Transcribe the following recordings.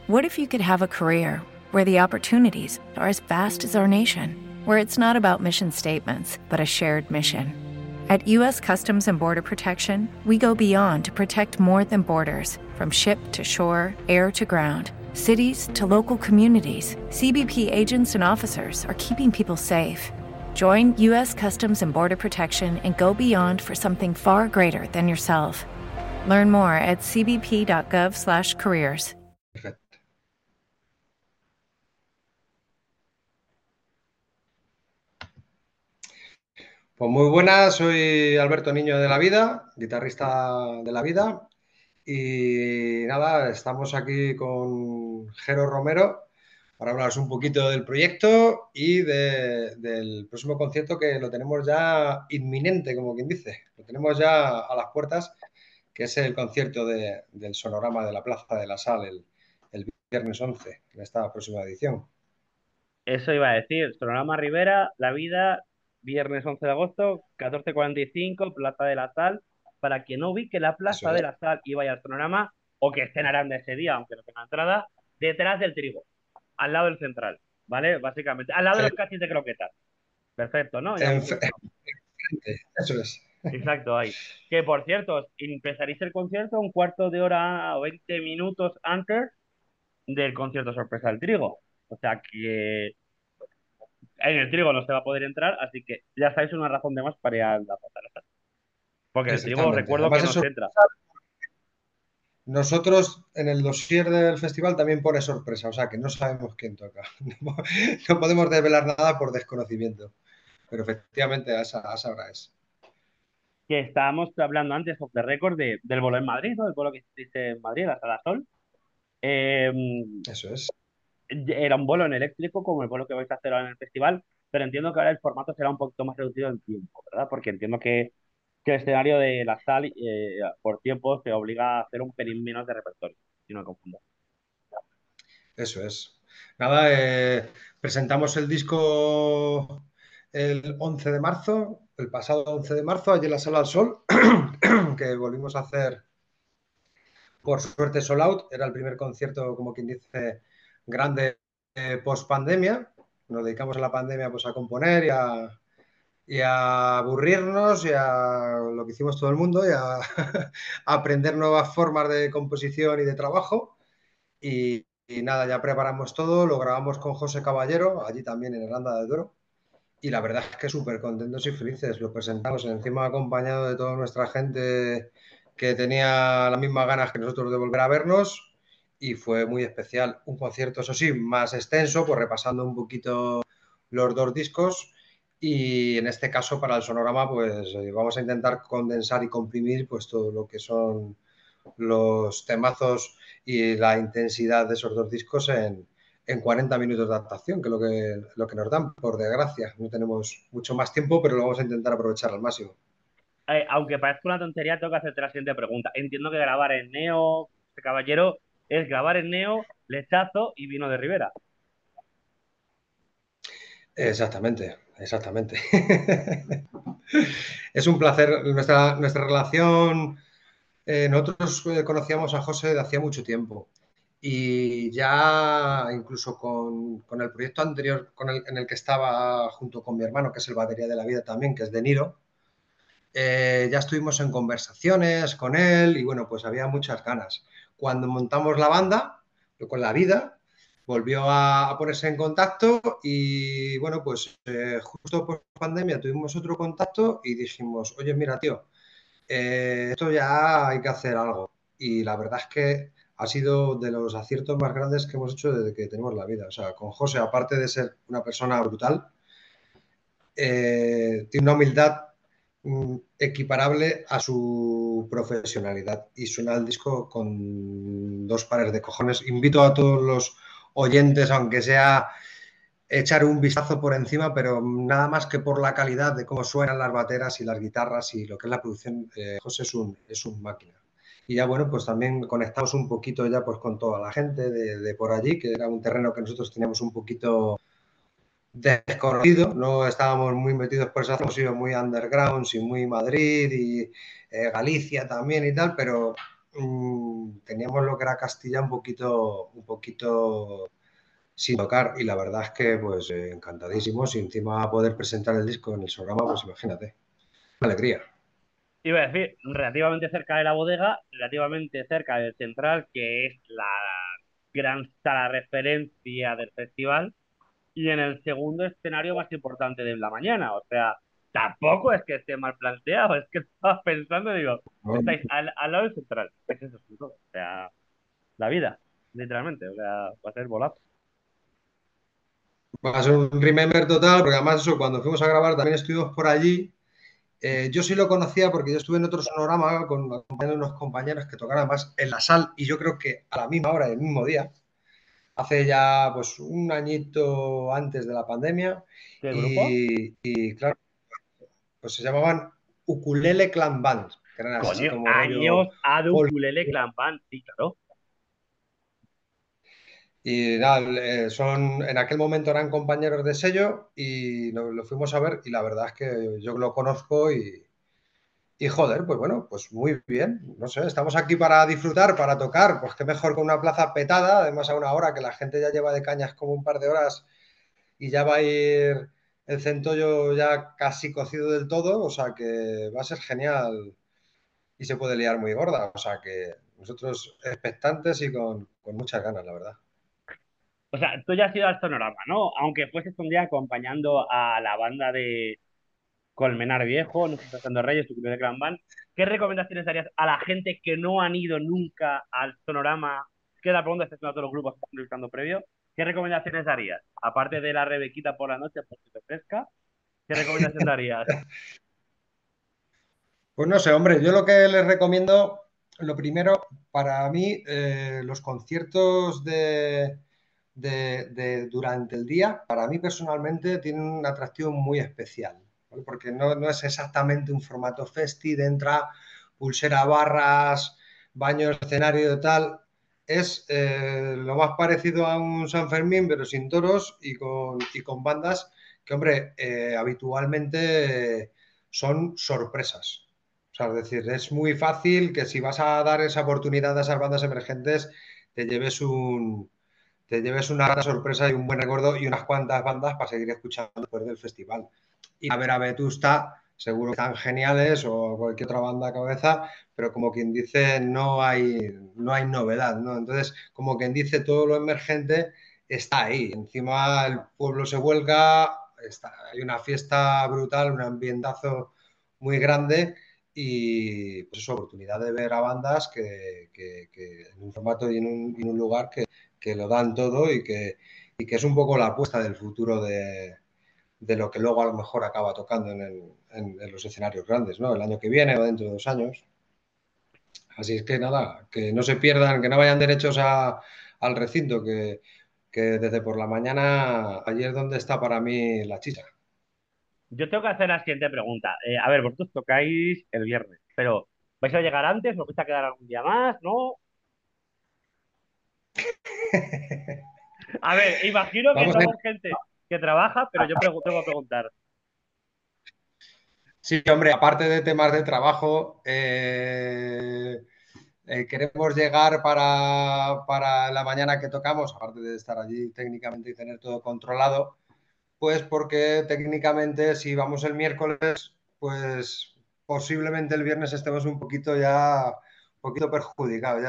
What if you could have a career where the opportunities are as vast as our nation, where it's not about mission statements, but a shared mission? At U.S. Customs and Border Protection, we go beyond to protect more than borders. From ship to shore, air to ground, cities to local communities, CBP agents and officers are keeping people safe. Join U.S. Customs and Border Protection and go beyond for something far greater than yourself. Learn more at cbp.gov/careers. Perfecto. Pues muy buenas, soy Alberto Niño de La Vida, guitarrista de La Vida. Y nada, estamos aquí con Jero Romero para hablaros un poquito del proyecto y del próximo concierto que lo tenemos ya inminente, como quien dice. Lo tenemos ya a las puertas, que es el concierto del Sonorama de la Plaza de la Sal el viernes 11, en esta próxima edición. Eso iba a decir, Sonorama Rivera, La Vida, viernes 11 de agosto, 14:45, Plaza de la Sal. Para quien no ubique la Eso Plaza es. de la Sal y vaya al Sonorama, o que estén Aranda ese día, aunque no tenga entrada, detrás del Trigo, al lado del Central, ¿vale? Básicamente, al lado de los cachis de croquetas. Perfecto, ¿no? Ya me ubico. Eso es. Exacto, ahí. Que por cierto, empezaréis el concierto un cuarto de hora o 20 minutos antes del concierto sorpresa del Trigo. O sea que en el Trigo no se va a poder entrar, así que ya sabéis una razón de más para ir a la pasarela. Porque en el Trigo Exactamente. recuerdo que Además, no eso, se entra. nosotros en el dossier del festival también pone sorpresa, o sea que no sabemos quién toca. No podemos desvelar nada por desconocimiento, pero efectivamente a esa hora es. Que estábamos hablando antes, off the record, del bolo en Madrid, ¿no? El bolo que hiciste en Madrid, la Sala Sol. Eh, Eso es. Era un bolo en eléctrico como el bolo que vais a hacer ahora en el festival, pero entiendo que ahora el formato será un poquito más reducido en tiempo, ¿verdad? Porque entiendo que el escenario de la sal por tiempo te obliga a hacer un pelín menos de repertorio, si no me confundo. Eso es. Nada, presentamos el disco el 11 de marzo, el pasado 11 de marzo, allí en la Sala del Sol, que volvimos a hacer, por suerte, sold out. Era el primer concierto, como quien dice, grande post pandemia. Nos dedicamos a la pandemia pues, a componer y a aburrirnos y a lo que hicimos todo el mundo y a, a aprender nuevas formas de composición y de trabajo. Y nada, ya preparamos todo, lo grabamos con José Caballero, allí también en Aranda de Duero. Y la verdad es que súper contentos y felices. Lo presentamos encima acompañado de toda nuestra gente que tenía las mismas ganas que nosotros de volver a vernos. Y fue muy especial. Un concierto, eso sí, más extenso, pues repasando un poquito los dos discos. Y en este caso, para el sonorama, pues vamos a intentar condensar y comprimir pues todo lo que son los temazos y la intensidad de esos dos discos en 40 minutos de adaptación, que es lo que nos dan, por desgracia. No tenemos mucho más tiempo, pero lo vamos a intentar aprovechar al máximo. Aunque parezca una tontería, tengo que hacerte la siguiente pregunta. Entiendo que grabar en Neo, este caballero, es grabar en Neo, Lechazo y Vino de Rivera. Exactamente, exactamente. Es un placer. Nuestra relación, nosotros conocíamos a José de hacía mucho tiempo. Y ya incluso con el proyecto anterior en el que estaba junto con mi hermano, que es el Batería de la Vida también, que es de Niro, ya estuvimos en conversaciones con él y bueno, pues había muchas ganas. Cuando montamos la banda, con La Vida, volvió a ponerse en contacto y bueno, pues justo por pandemia tuvimos otro contacto y dijimos, oye, mira, tío, esto ya hay que hacer algo. Y la verdad es que ha sido de los aciertos más grandes que hemos hecho desde que tenemos La Vida. O sea, con José, aparte de ser una persona brutal, tiene una humildad equiparable a su profesionalidad y suena el disco con dos pares de cojones. Invito a todos los oyentes, aunque sea echar un vistazo por encima, pero nada más que por la calidad de cómo suenan las bateras y las guitarras y lo que es la producción, José es un máquina. Y ya bueno, pues también conectamos un poquito ya pues con toda la gente de por allí, que era un terreno que nosotros teníamos un poquito desconocido, no estábamos muy metidos por eso, hemos sido muy underground y muy Madrid y Galicia también y tal, pero teníamos lo que era Castilla un poquito sin tocar y la verdad es que pues encantadísimos y encima poder presentar el disco en el programa, pues imagínate, una alegría. Iba a decir, relativamente cerca de la bodega, relativamente cerca del Central, que es la gran sala referencia del festival, y en el segundo escenario más importante de la mañana. O sea, tampoco es que esté mal planteado, es que estaba pensando, digo, ¿No? estáis al lado del Central. Es eso, es todo. O sea, la vida, literalmente. O sea, va a ser bolazo. Va a ser un remember total, porque además eso, cuando fuimos a grabar también estuvimos por allí. Yo sí lo conocía porque yo estuve en otro sonorama con unos compañeros que tocaron además en la sal y yo creo que a la misma hora, el mismo día, hace ya pues un añito antes de la pandemia ¿Qué grupo? y claro, pues se llamaban Ukulele Clan Band, que eran así Coño, como años rollo a de folk. Ukulele Clan Band, sí, claro. Y nada, son, en aquel momento eran compañeros de sello y lo fuimos a ver y la verdad es que yo lo conozco y joder, pues bueno, pues muy bien. No sé, estamos aquí para disfrutar, para tocar, pues qué mejor con una plaza petada, además a una hora que la gente ya lleva de cañas como un par de horas y ya va a ir el centollo ya casi cocido del todo, o sea que va a ser genial y se puede liar muy gorda, o sea que nosotros expectantes y con muchas ganas, la verdad. O sea, tú ya has ido al Sonorama, ¿no? Aunque fueses un día acompañando a la banda de Colmenar Viejo, no sé si estás haciendo Reyes, Ukulele Clan Band, ¿qué recomendaciones darías a la gente que no han ido nunca al Sonorama? Que la pregunta está haciendo a todos los grupos que están entrevistando previo. ¿Qué recomendaciones darías? Aparte de la Rebequita por la noche, por si te fresca, ¿qué recomendación darías? Pues no sé, hombre, yo lo que les recomiendo, lo primero, para mí, los conciertos durante el día, para mí personalmente, tienen un atractivo muy especial, ¿vale? Porque no es exactamente un formato festi de entra, pulsera barras, baño escenario y tal. Es lo más parecido a un San Fermín, pero sin toros y con bandas que, hombre, habitualmente son sorpresas. O sea, es decir, es muy fácil que si vas a dar esa oportunidad a esas bandas emergentes, te lleves un, te lleves una gran sorpresa y un buen recuerdo y unas cuantas bandas para seguir escuchando después del festival. Y a Vetusta, seguro que están geniales o cualquier otra banda a cabeza, pero como quien dice, no hay novedad, ¿no? Entonces, como quien dice, todo lo emergente está ahí. Encima el pueblo se vuelca, hay una fiesta brutal, un ambientazo muy grande y pues eso, oportunidad de ver a bandas que en un formato y en un lugar que lo dan todo y que es un poco la apuesta del futuro de lo que luego a lo mejor acaba tocando en los escenarios grandes, ¿no? El año que viene o dentro de 2 años. Así es que nada, que no se pierdan, que no vayan derechos al recinto, que desde por la mañana, allí es donde está para mí la chicha. Yo tengo que hacer la siguiente pregunta. A ver, vosotros tocáis el viernes, pero ¿vais a llegar antes? ¿Os vais a quedar algún día más? ¿No? A ver, imagino que Vamos a ir. somos gente que trabaja, pero yo tengo que preguntar. Sí, hombre, aparte de temas de trabajo, queremos llegar para la mañana que tocamos, aparte de estar allí técnicamente y tener todo controlado, pues porque técnicamente si vamos el miércoles, pues posiblemente el viernes estemos un poquito perjudicados.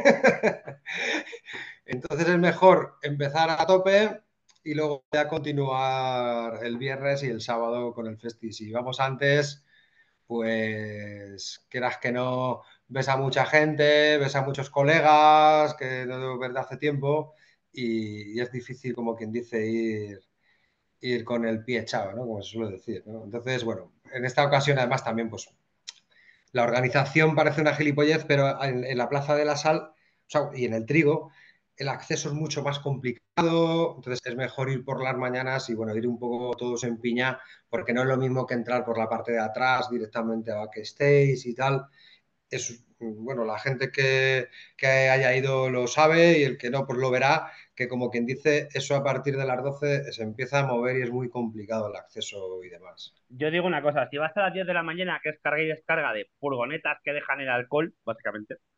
Entonces es mejor empezar a tope y luego ya continuar el viernes y el sábado con el festi. Si vamos antes, pues quieras que no, ves a mucha gente, ves a muchos colegas que no ves de hace tiempo y es difícil, como quien dice, ir con el pie echado, ¿no? Como se suele decir, ¿no? Entonces, bueno, en esta ocasión además también, pues la organización parece una gilipollez, pero en la Plaza de la Sal, o sea, y en el Trigo, el acceso es mucho más complicado, entonces es mejor ir por las mañanas y bueno, ir un poco todos en piña, porque no es lo mismo que entrar por la parte de atrás directamente a backstage y tal. Es, bueno, la gente que haya ido lo sabe y el que no, pues lo verá, que como quien dice, eso a partir de las 12 se empieza a mover y es muy complicado el acceso y demás. Yo digo una cosa, si vas a las 10 de la mañana, que es carga y descarga de furgonetas que dejan el alcohol, básicamente,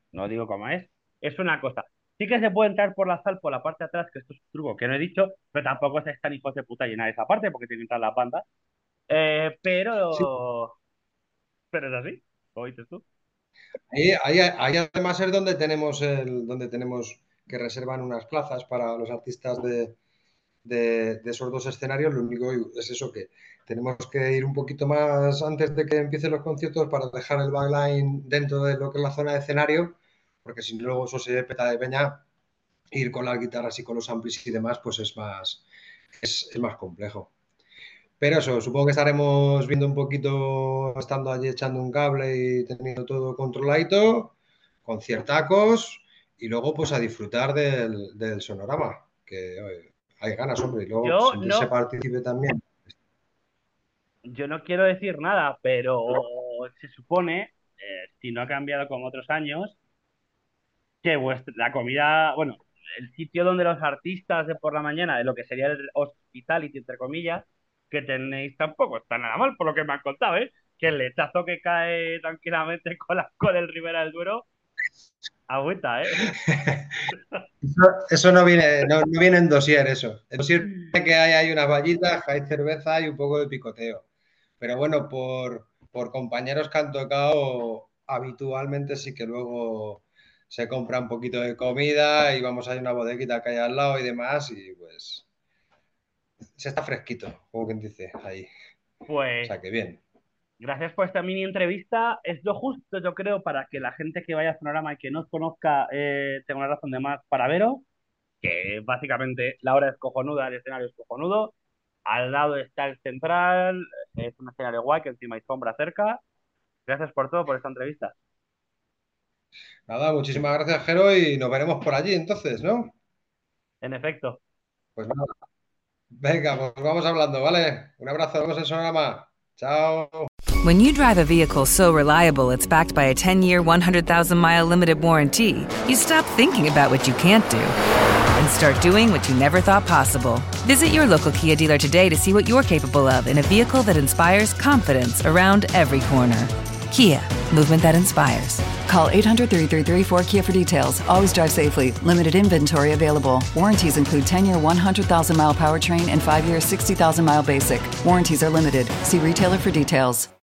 no digo cómo es una cosa. Sí que se puede entrar por la sal por la parte de atrás, que esto es un truco que no he dicho, pero tampoco se están hijos de puta llenar esa parte porque tienen que entrar las bandas. Eh, Sí. pero, pero es así, como dices tú. Ahí además es donde tenemos que reservan unas plazas para los artistas de esos dos escenarios. Lo único es eso, que tenemos que ir un poquito más antes de que empiecen los conciertos para dejar el backline dentro de lo que es la zona de escenario, porque si no luego eso se peta de peña, ir con las guitarras y con los amplis y demás, pues es más complejo. Pero eso, supongo que estaremos viendo un poquito, estando allí echando un cable y teniendo todo controladito, con ciertacos, y luego pues a disfrutar del sonorama, que oye, hay ganas, hombre, y luego Yo sentirse no, partícipe también. yo no quiero decir nada, pero se supone, si no ha cambiado con otros años, que la comida, bueno, el sitio donde los artistas de por la mañana, de lo que sería el hospitality, entre comillas, que tenéis tampoco está nada mal, por lo que me han contado, ¿eh? Que el lechazo que cae tranquilamente con el Ribera del Duero, agüita, ¿eh? Eso no viene en dossier, eso. En dossier viene que hay unas vallitas, hay cerveza y un poco de picoteo. Pero bueno, por compañeros que han tocado, habitualmente sí que luego se compra un poquito de comida y vamos a ir a una bodeguita que hay al lado y demás, y pues se está fresquito, como quien dice, ahí. O Pues sea que bien. gracias por esta mini entrevista. Es lo justo, yo creo, para que la gente que vaya a Sonorama y que no os conozca tenga una razón de más para veros, que básicamente la hora es cojonuda, el escenario es cojonudo. Al lado está el central, es un escenario guay que encima hay sombra cerca. Gracias por todo, por esta entrevista. Nada, muchísimas gracias, Jero, y nos veremos por allí entonces, ¿no? En efecto. Pues nada, venga, pues vamos hablando, ¿vale? Un abrazo, nos vemos en Sonorama. Chao. When you drive a vehicle so reliable it's backed by a 10-year, 100,000-mile limited warranty, you stop thinking about what you can't do and start doing what you never thought possible. Visit your local Kia dealer today to see what you're capable of in a vehicle that inspires confidence around every corner. Kia, movement that inspires. Call 800-333-4KIA for details. Always drive safely. Limited inventory available. Warranties include 10-year 100,000-mile powertrain and 5-year 60,000-mile basic. Warranties are limited. See retailer for details.